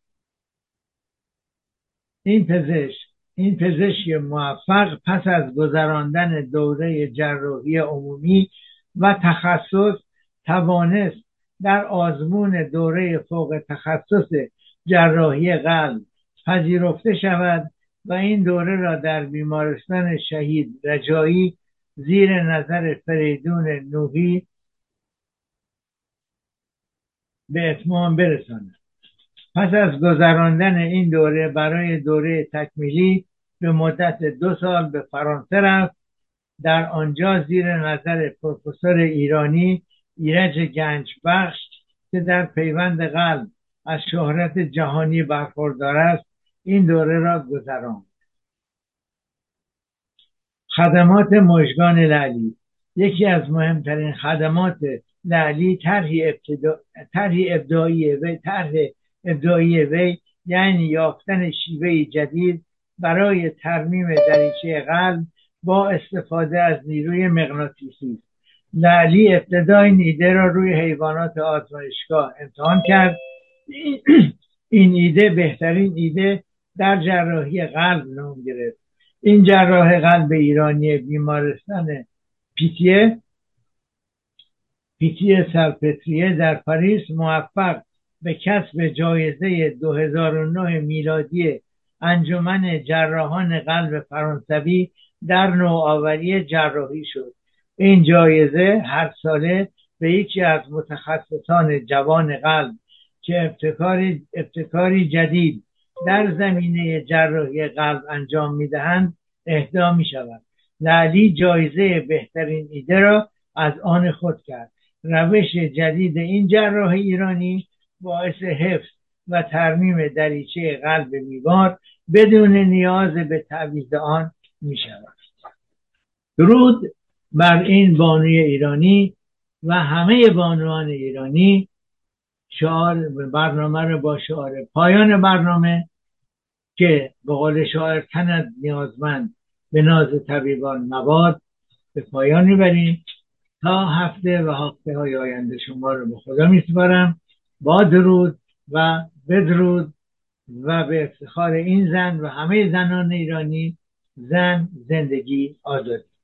این پزشک این پزشک موفق پس از گذراندن دوره جراحی عمومی و تخصص توانست در آزمون دوره فوق تخصص جراحی قلب پذیرفته شود و این دوره را در بیمارستان شهید رجایی زیر نظر فریدون نوحی به اتمام برساند. پس از گذراندن این دوره برای دوره تکمیلی به مدت دو سال به فرانسه رفت. در آنجا زیر نظر پروفسور ایرانی ایرج گنجبخش که در پیوند قلب از شهرت جهانی برخوردار است این دوره را گذراند. خدمات مژگان لعلی. یکی از مهمترین خدمات لعلی طرحی ابتدا... ابداعی وی طرح ابداعی وی یعنی یافتن شیوه جدید برای ترمیم دریچه قلب با استفاده از نیروی مغناطیسی. لعلی ابتدا این ایده را روی حیوانات آزمایشگاه امتحان کرد. این ایده بهترین ایده در جراحی قلب نام گرفت. این جراح قلب ایرانی بیمارستان پیتیه پیتیه سالپتریه در پاریس موفق به کسب جایزه دو هزار و نه میلادی انجمن جراحان قلب فرانسوی در نوآوری جراحی شد. این جایزه هر ساله به یکی از متخصصان جوان قلب که ابتکاری, ابتکاری جدید در زمینه جراحی قلب انجام میدهند اهدا می شود. لعلی جایزه بهترین ایده را از آن خود کرد. روش جدید این جراح ایرانی باعث حفظ و ترمیم دریچه قلب بیمار بدون نیاز به تعویض آن می شود. درود بر این بانوی ایرانی و همه بانوان ایرانی. شعار برنامه رو با شعار پایان برنامه که به قول شاعر تنت نیازمند به ناز طبیبان مباد به پایان میبریم. تا هفته و هفته های آینده شما رو به خدا میسپارم. با درود و بدرود و به افتخار این زن و همه زنان ایرانی. زن، زندگی، آزادی.